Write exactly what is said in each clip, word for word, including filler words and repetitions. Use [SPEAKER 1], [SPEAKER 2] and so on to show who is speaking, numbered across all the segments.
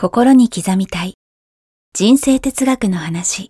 [SPEAKER 1] 心に刻みたい人生哲学の話。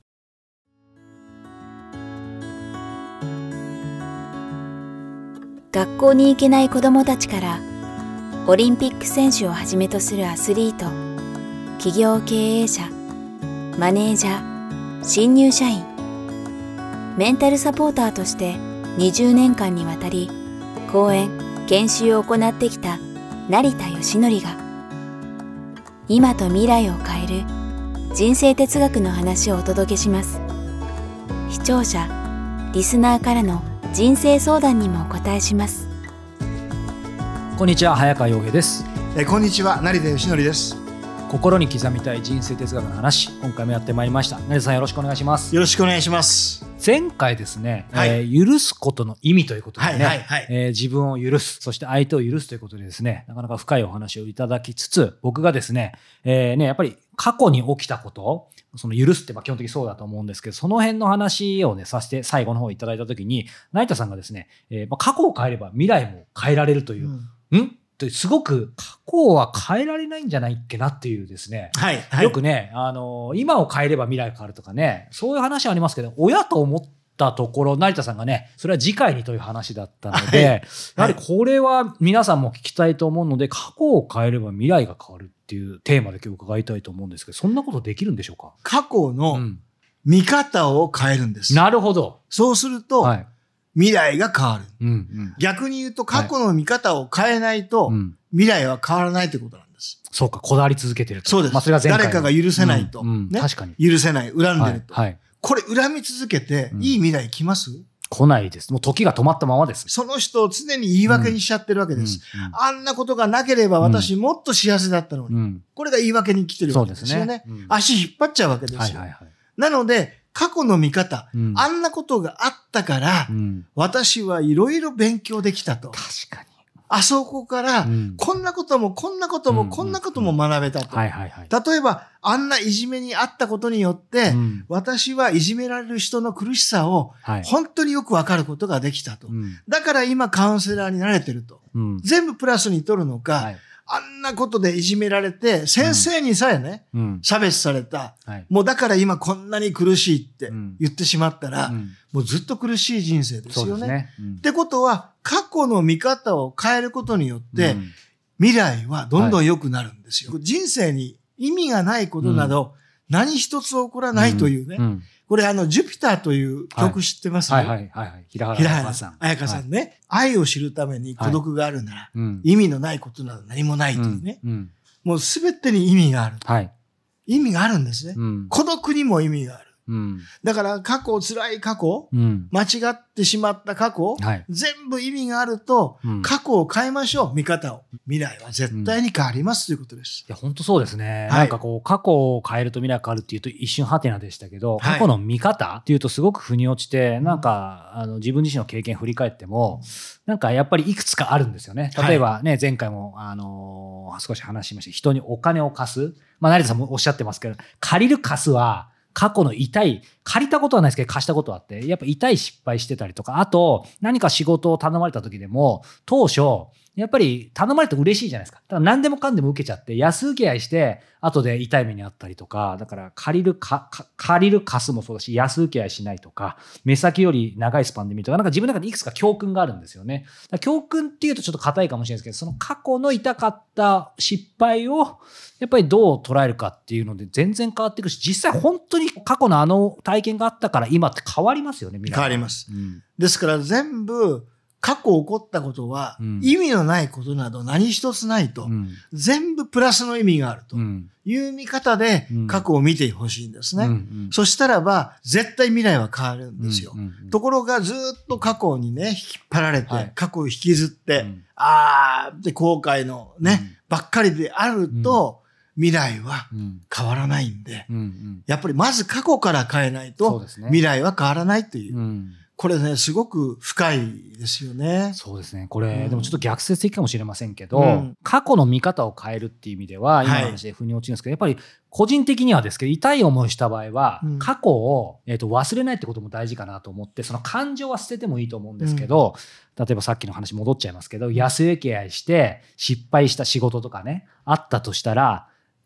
[SPEAKER 1] 学校に行けない子どもたちからオリンピック選手をはじめとするアスリート、企業経営者、マネージャー、新入社員、メンタルサポーターとしてにじゅうねんかんにわたり講演・研修を行ってきた成田義則が今と未来を変える人生哲学の話をお届けします。視聴者、リスナーからの人生相談にもお答えします。
[SPEAKER 2] こんにちは、早川洋平です。
[SPEAKER 3] えこんにちは、成田義則です。
[SPEAKER 2] 心に刻みたい人生哲学の話、今回もやってまいりました。成田さん、よろしくお願いします。
[SPEAKER 3] よろしくお願いします。
[SPEAKER 2] 前回ですね、
[SPEAKER 3] はい
[SPEAKER 2] えー、許すことの意味ということでね、
[SPEAKER 3] はいはいはい
[SPEAKER 2] えー、自分を許す、そして相手を許すということでですね、なかなか深いお話をいただきつつ、僕がですね、えー、ねやっぱり過去に起きたことその許すってまあ基本的にそうだと思うんですけど、その辺の話をねさせて最後の方いただいたときに、成田さんがですね、えーまあ、過去を変えれば未来も変えられるという、うん、んすごく過去は変えられないんじゃないっけなっていうですね、
[SPEAKER 3] はいはい、
[SPEAKER 2] よくね、あのー、今を変えれば未来が変わるとかね、そういう話はありますけど、親と思ったところ、成田さんがね、それは次回にという話だったので、はい、やはりこれは皆さんも聞きたいと思うので、過去を変えれば未来が変わるっていうテーマで今日伺いたいと思うんですけど、そんなことできるんでしょうか？
[SPEAKER 3] 過去の見方を変えるんです。
[SPEAKER 2] うん、なるほど。
[SPEAKER 3] そうすると、はい、未来が変わる、うんうん。逆に言うと過去の見方を変えないと、はい、未来は変わらないということなんです。
[SPEAKER 2] そうか、こだわり続けてると。
[SPEAKER 3] そうです。まあ、それが前回誰かが許せないと、うんうんね。
[SPEAKER 2] 確かに。
[SPEAKER 3] 許せない、恨んでると。はいはい、これ恨み続けて、
[SPEAKER 2] うん、
[SPEAKER 3] いい未来来ます？
[SPEAKER 2] 来ないです。もう時が止まったままです。
[SPEAKER 3] その人を常に言い訳にしちゃってるわけです。うんうんうん、あんなことがなければ私もっと幸せだったのに。うん、これが言い訳に来てるわけですよね。そうですね。うん、足引っ張っちゃうわけですよ。はいはいはい、なので、過去の見方、うん、あんなことがあったから、うん、私はいろいろ勉強できたと。
[SPEAKER 2] 確かに。
[SPEAKER 3] あそこから、うん、こんなこともこんなこともこんなことも学べたと。例えば、あんないじめにあったことによって、うん、私はいじめられる人の苦しさを本当によくわかることができたと。はい、だから今カウンセラーになれてると。うん、全部プラスに取るのか、はい、あんなことでいじめられて、先生にさえね、うん、差別された、はい。もうだから今こんなに苦しいって言ってしまったら、うん、もうずっと苦しい人生ですよね。そうですね。うん、ってことは、過去の見方を変えることによって、うん、未来はどんどん良くなるんですよ。はい、人生に意味がないことなど、何一つ起こらないというね。うんうん、これあの、ジュピターという曲知ってます？
[SPEAKER 2] はい、はい、はいはい。平原綾香さん。
[SPEAKER 3] 綾香さんね、はい。愛を知るために孤独があるなら、はいうん、意味のないことなど何もないというね。うんうん、もうすべてに意味がある。はい、意味があるんですね、うん。孤独にも意味がある。うん、だから過去、辛い過去、うん、間違ってしまった過去、はい、全部意味があると、うん、過去を変えましょう、見方を。未来は絶対に変わります、うん、ということです。
[SPEAKER 2] いや、本当そうですね。はい、なんかこう、過去を変えると未来が変わるっていうと一瞬ハテナでしたけど、はい、過去の見方っていうとすごく腑に落ちて、なんか、あの、自分自身の経験振り返っても、なんかやっぱりいくつかあるんですよね。例えばね、はい、前回も、あのー、少し話しました。人にお金を貸す。まあ、成田さんもおっしゃってますけど、借りる貸すは、過去の痛い、借りたことはないですけど貸したことはあって、やっぱ痛い失敗してたりとか、あと何か仕事を頼まれた時でも、当初、やっぱり頼まれて嬉しいじゃないですか。だから何でもかんでも受けちゃって、安請け合いして、後で痛い目にあったりとか、だから借りるか、か借りる貸すもそうだし、安請け合いしないとか、目先より長いスパンで見るとか、なんか自分の中でいくつか教訓があるんですよね。だ教訓っていうとちょっと硬いかもしれないですけど、その過去の痛かった失敗を、やっぱりどう捉えるかっていうので全然変わっていくし、実際本当に過去のあの体験があったから今って変わりますよね、未来。
[SPEAKER 3] 変わります。うん、ですから全部、過去起こったことは、意味のないことなど何一つないと、うん、全部プラスの意味があるという見方で過去を見てほしいんですね。うんうん、そしたらば、絶対未来は変わるんですよ。うんうんうん、ところがずっと過去にね、引っ張られて、はい、過去を引きずって、うん、あーって後悔のね、うん、ばっかりであると、うん、未来は変わらないんで、うんうん、やっぱりまず過去から変えないと、未来は変わらないという。うんこれね、すごく深いですよね。
[SPEAKER 2] そうですね。これ、うん、でもちょっと逆説的かもしれませんけど、うん、過去の見方を変えるっていう意味では、今の話で腑に落ちるんですけど、はい、やっぱり個人的にはですけど、痛い思いした場合は、うん、過去を、えーと、忘れないってことも大事かなと思って、その感情は捨ててもいいと思うんですけど、うん、例えばさっきの話戻っちゃいますけど、安請け合いして失敗した仕事とかね、あったとしたら、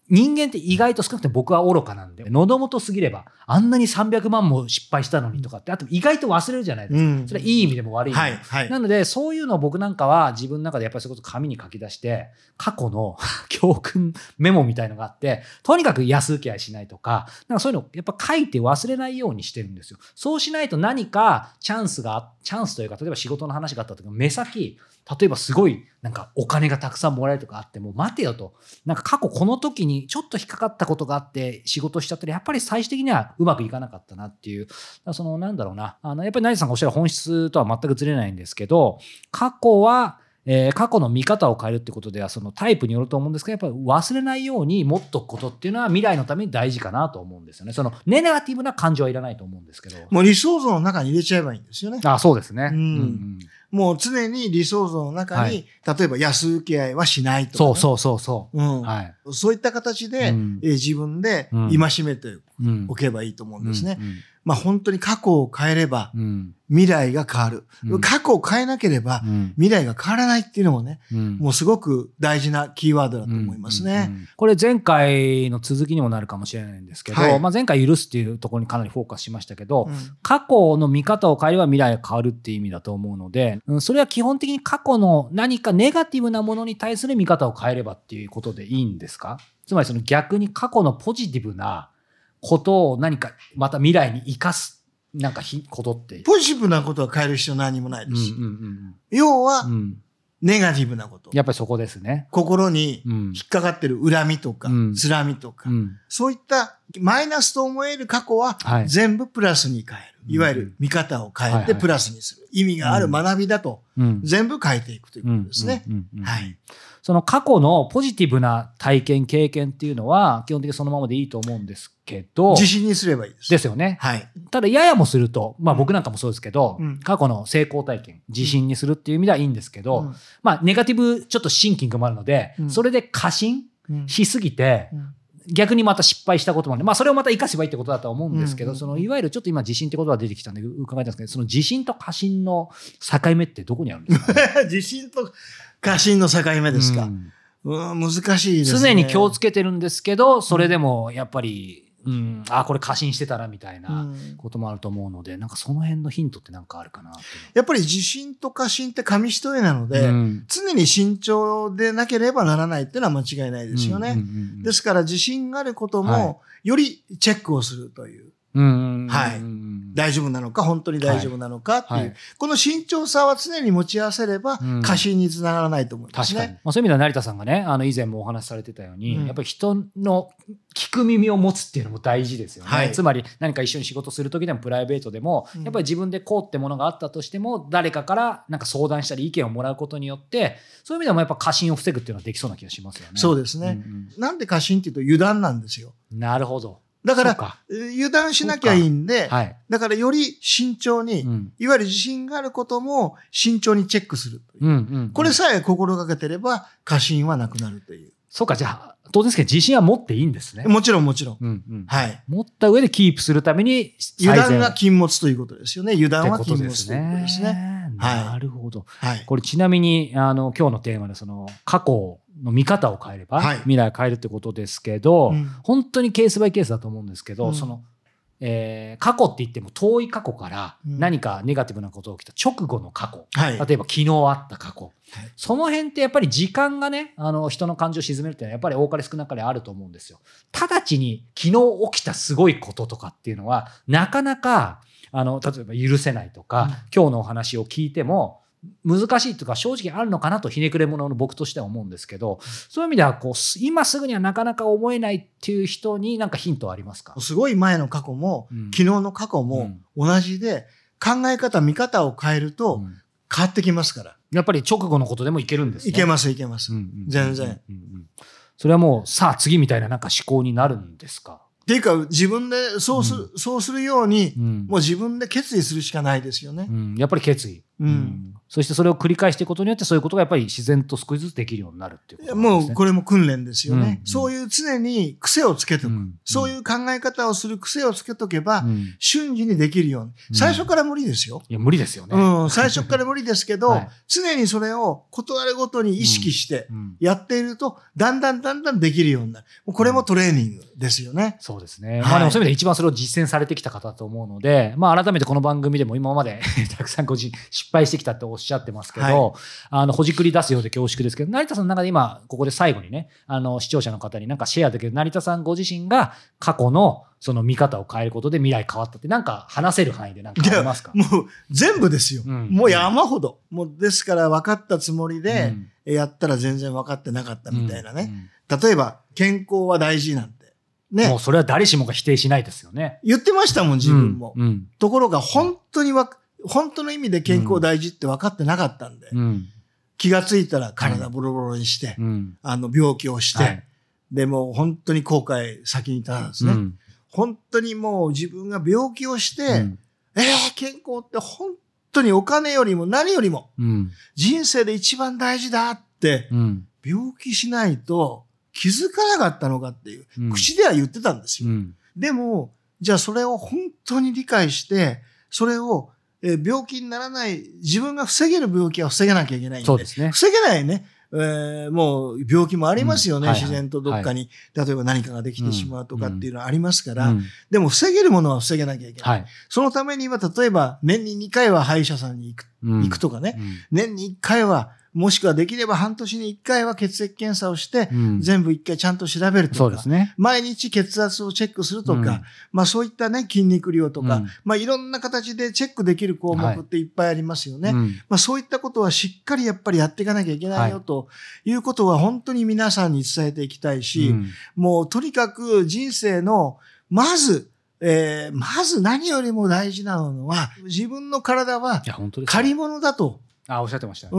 [SPEAKER 2] 人間って意外と少なくて僕は愚かなんで、喉元すぎればあんなにさんびゃくまんも失敗したのにとかって、あと意外と忘れるじゃないですか、うん、それはいい意味でも悪い意味でも、はいはい、なのでそういうのを僕なんかは自分の中でやっぱりそれこそ紙に書き出して過去の教訓メモみたいのがあって、とにかく安請け合いしないとか、なんかそういうのをやっぱ書いて忘れないようにしてるんですよ。そうしないと何かチャンスがチャンスというか、例えば仕事の話があった時の目先、例えばすごいなんかお金がたくさんもらえるとかあっても待てよと、なんか過去この時にちょっと引っかかったことがあって仕事しちゃったらやっぱり最終的にはうまくいかなかったなっていう、そのなんだろうな、あのやっぱり成田さんがおっしゃる本質とは全くずれないんですけど、過去はえー、過去の見方を変えるってことではそのタイプによると思うんですけど、やっぱり忘れないように持っとくことっていうのは未来のために大事かなと思うんですよね。そのネガティブな感情はいらないと思うんですけど、
[SPEAKER 3] もう理想像の中に入れちゃえばいいんですよね。
[SPEAKER 2] あ、そうですね、うんうん
[SPEAKER 3] うんもう常に理想像の中に、はい、例えば安請け合いはしないとか、ね、
[SPEAKER 2] そうそうそうそう、
[SPEAKER 3] うん
[SPEAKER 2] はい、
[SPEAKER 3] そういった形で、うんえー、自分で戒めておけばいいと思うんですね、うんうんうんまあ本当に過去を変えれば未来が変わる、うん、過去を変えなければ未来が変わらないっていうのもね、うん、もうすごく大事なキーワードだと思いますね、うんうんうん、
[SPEAKER 2] これ前回の続きにもなるかもしれないんですけど、はいまあ、前回許すっていうところにかなりフォーカスしましたけど、うん、過去の見方を変えれば未来が変わるっていう意味だと思うので、うん、それは基本的に過去の何かネガティブなものに対する見方を変えればっていうことでいいんですか？つまりその逆に過去のポジティブなことを何かまた未来に生かすなんかことって
[SPEAKER 3] ポジティブなことは変える必要何もないです、うんうんうん、要は、うん、ネガティブなこと
[SPEAKER 2] やっぱりそこですね。
[SPEAKER 3] 心に引っかかってる恨みとか、うん、辛みとか、うん、そういったマイナスと思える過去は全部プラスに変える、はい、いわゆる見方を変えてプラスにする、はいはい、意味がある学びだと全部変えていくということですね。
[SPEAKER 2] その過去のポジティブな体験経験っていうのは基本的にそのままでいいと思うんですけど、
[SPEAKER 3] 自信にすればいいです。
[SPEAKER 2] ですよね。はい。ただややもすると、まあ僕なんかもそうですけど、うん、過去の成功体験、自信にするっていう意味ではいいんですけど、うん、まあネガティブちょっとシンキングもあるので、うん、それで過信しすぎて、うんうん逆にまた失敗したこともある。まあそれをまた活かせばいいってことだと思うんですけど、うんうん、そのいわゆるちょっと今自信ってことが出てきたんで伺いたいんですけど、その自信と過信の境目ってどこにあるんですか、ね、
[SPEAKER 3] 自信と過信の境目ですか、うんうん、難しいですね。
[SPEAKER 2] 常に気をつけてるんですけど、それでもやっぱり、うん、あこれ過信してたらみたいなこともあると思うので、うん、なんかその辺のヒントってなんかあるかなって。
[SPEAKER 3] やっぱり自信と過信って紙一重なので、うん、常に慎重でなければならないっていうのは間違いないですよね、うんうんうんうん、ですから自信があることもよりチェックをするという、はいはい、大丈夫なのか本当に大丈夫なのかっていう、はいはい、この慎重さは常に持ち合わせれば過信につながらないと思いますね、うん、確かに、
[SPEAKER 2] まあ、そういう意味では成田さんがねあの以前もお話しされてたように、うん、やっぱり人の聞く耳を持つっていうのも大事ですよね、はい、つまり何か一緒に仕事する時でもプライベートでも、うん、やっぱり自分でこうってものがあったとしても誰かからなんか相談したり意見をもらうことによってそういう意味でもやっぱ過信を防ぐっていうのはできそうな気がしますよね。
[SPEAKER 3] そうですね、うんうん、なんで過信っていうと油断なんですよ。
[SPEAKER 2] なるほど。
[SPEAKER 3] だから、油断しなきゃいいんで、はい、だからより慎重に、うん、いわゆる自信があることも慎重にチェックするという。うんうんうん、これさえ心がけてれば過信はなくなるという。
[SPEAKER 2] そうか、じゃあ、当然ですけど自信は持っていいんですね。
[SPEAKER 3] もちろんもちろん。
[SPEAKER 2] うんうん、はい。持った上でキープするために、
[SPEAKER 3] 油断が禁物ということですよね。油断は禁物ということですね。
[SPEAKER 2] はい。なるほど。はい。これちなみに、あの、今日のテーマでその、過去の見方を変えれば、はい、未来を変えるってことですけど、うん、本当にケースバイケースだと思うんですけど、うん、その、えー、過去って言っても遠い過去から何かネガティブなことが起きた直後の過去、はい、例えば昨日あった過去、はい、その辺ってやっぱり時間がねあの人の感情を鎮めるっていうのはやっぱり多かれ少なかれあると思うんですよ。直ちに昨日起きたすごいこととかっていうのはなかなかあの例えば許せないとか、うん、今日のお話を聞いても難しいというか正直あるのかなとひねくれ者の僕としては思うんですけど、そういう意味ではこう今すぐにはなかなか思えないっていう人に何かヒントはありますか？
[SPEAKER 3] すごい前の過去も、うん、昨日の過去も同じで、うん、考え方見方を変えると変わってきますから、
[SPEAKER 2] やっぱり直後のことでもいけるんですね。
[SPEAKER 3] いけますいけます、うんうん、全然、うんうん、
[SPEAKER 2] それはもうさあ次みたいななんか思考になるんですか？
[SPEAKER 3] っていうか自分でそうする、うん、そうするように、うん、もう自分で決意するしかないですよね、
[SPEAKER 2] うん、やっぱり決意、うん、 そしてそれを繰り返していくことによってそういうことがやっぱり自然と少しずつできるようになるっていうことなんですね。
[SPEAKER 3] もうこれも訓練ですよね、うんうん、そういう常に癖をつけておく、うんうん、そういう考え方をする癖をつけとけば、うん、瞬時にできるように、うん、最初から無理ですよ。
[SPEAKER 2] いや無理ですよね、
[SPEAKER 3] うん、最初から無理ですけど、はい、常にそれを事あるごとに意識してやっていると、だんだんだんだんできるようになる。これもトレーニングですよね。
[SPEAKER 2] そうですね、はい、まあでもそういう意味で一番それを実践されてきた方だと思うので、まあ改めてこの番組でも今までたくさんご自失敗してきたっておっしゃってますけど、はい、あのほじくり出すようで恐縮ですけど、成田さんの中で今ここで最後にね、あの視聴者の方になんかシェアできる、成田さんご自身が過去のその見方を変えることで未来変わったってなんか話せる範囲でなんかありますか？
[SPEAKER 3] もう全部ですよ、うん、もう山ほど、もうですから分かったつもりでやったら全然分かってなかったみたいなね、うんうん、例えば健康は大事なんてね、
[SPEAKER 2] もうそれは誰しもが否定しないですよね。
[SPEAKER 3] 言ってましたもん自分も、うんうん、ところが本当にわ本当の意味で健康大事って分かってなかったんで、うん、気がついたら体ボロボロにして、うん、あの病気をして、はい、でもう本当に後悔先にいたんですね、うん、本当にもう自分が病気をして、うん、えー、健康って本当にお金よりも何よりも、うん、人生で一番大事だって、うん、病気しないと気づかなかったのかっていう、うん、口では言ってたんですよ、うん、でもじゃあそれを本当に理解してそれをえー、病気にならない、自分が防げる病気は防げなきゃいけないんで。
[SPEAKER 2] そうですね。
[SPEAKER 3] 防げないね、えー、もう病気もありますよね、うんはいはい、自然とどっかに、はい、例えば何かができてしまうとかっていうのはありますから、うん、でも防げるものは防げなきゃいけない。はい、そのためには例えば年ににかいは歯医者さんに行く、うん、行くとかね、うん、年にいっかいはもしくはできれば半年にいっかいは血液検査をして、うん、全部いっかいちゃんと調べるとか、
[SPEAKER 2] そうですね、
[SPEAKER 3] 毎日血圧をチェックするとか、うん、まあそういったね、筋肉量とか、うん、まあいろんな形でチェックできる項目っていっぱいありますよね。はい、まあそういったことはしっかりやっぱりやっていかなきゃいけないよということは本当に皆さんに伝えていきたいし、うん、もうとにかく人生の、まず、えー、まず何よりも大事なのは、自分の体は借り物だと。
[SPEAKER 2] あ、おっしゃってましたね。
[SPEAKER 3] うん。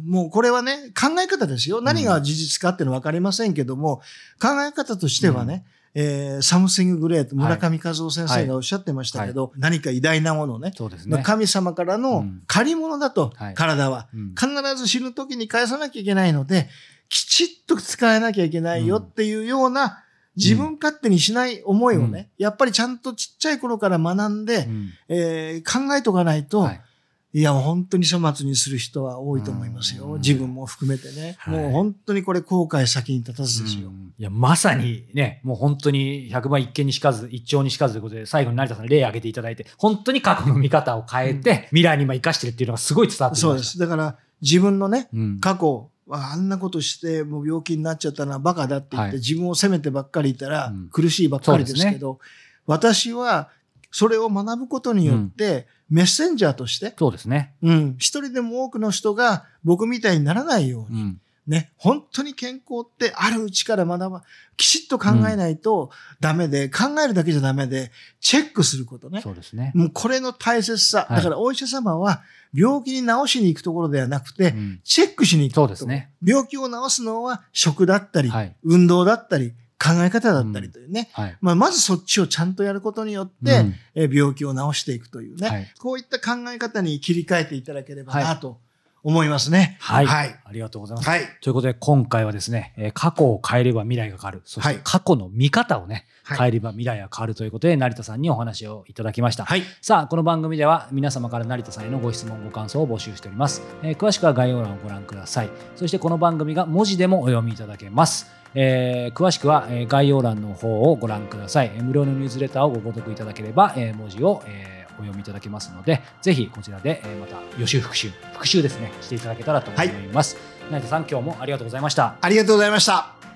[SPEAKER 3] もうこれはね、考え方ですよ。何が事実かっていうのは分かりませんけども、うん、考え方としてはね、うん、えー、サムシンググレート、村上和夫先生がおっしゃってましたけど、はいはい、何か偉大なものね、そうですね、神様からの借り物だと、うん、体は、うん。必ず死ぬ時に返さなきゃいけないので、きちっと使えなきゃいけないよっていうような、自分勝手にしない思いをね、うん、やっぱりちゃんとちっちゃい頃から学んで、うん、えー、考えとかないと、はい、いや、本当に粗末にする人は多いと思いますよ。自分も含めてね。はい、もう本当にこれ後悔先に立たずですよ。
[SPEAKER 2] いや、まさにね、もう本当にひゃくばい一見にしかず、一丁にしかずということで、最後に成田さん例挙げていただいて、本当に過去の見方を変えて、うん、未来に今生かしてるっていうのがすごい伝わってきました。
[SPEAKER 3] そうです。だから自分のね、うん、過去、あんなことしてもう病気になっちゃったのはバカだって言って、はい、自分を責めてばっかりいたら苦しいばっかりですけど、うんね、私はそれを学ぶことによって、うん、メッセンジャーとして、
[SPEAKER 2] そうですね。
[SPEAKER 3] うん。一人でも多くの人が僕みたいにならないように、うん、ね、本当に健康ってあるうちから学ば、きちっと考えないとダメで、うん、考えるだけじゃダメで、チェックすることね。
[SPEAKER 2] そうですね。
[SPEAKER 3] もうこれの大切さ。はい、だからお医者様は、病気に治しに行くところではなくて、うん、チェックしに行く。
[SPEAKER 2] そうですね。
[SPEAKER 3] 病気を治すのは食だったり、はい、運動だったり、考え方だったりというね。うんはい、まあ、まずそっちをちゃんとやることによって、うん、え病気を治していくというね、はい。こういった考え方に切り替えていただければなと思いますね。
[SPEAKER 2] はい。はい。ありがとうございます。はい。ということで今回はですね、え過去を変えれば未来が変わる。そして過去の見方をね、はい、変えれば未来が変わるということで、成田さんにお話をいただきました。はい。さあ、この番組では皆様から成田さんへのご質問、ご感想を募集しております。えー、詳しくは概要欄をご覧ください。そしてこの番組が文字でもお読みいただけます。えー、詳しくは、えー、概要欄の方をご覧ください。えー、無料のニュースレターをご購読いただければ、えー、文字を、えー、お読みいただけますので、ぜひこちらで、えー、また予習復習復習ですねしていただけたらと思います。はい、成田さん、今日もありがとうございました。
[SPEAKER 3] ありがとうございました。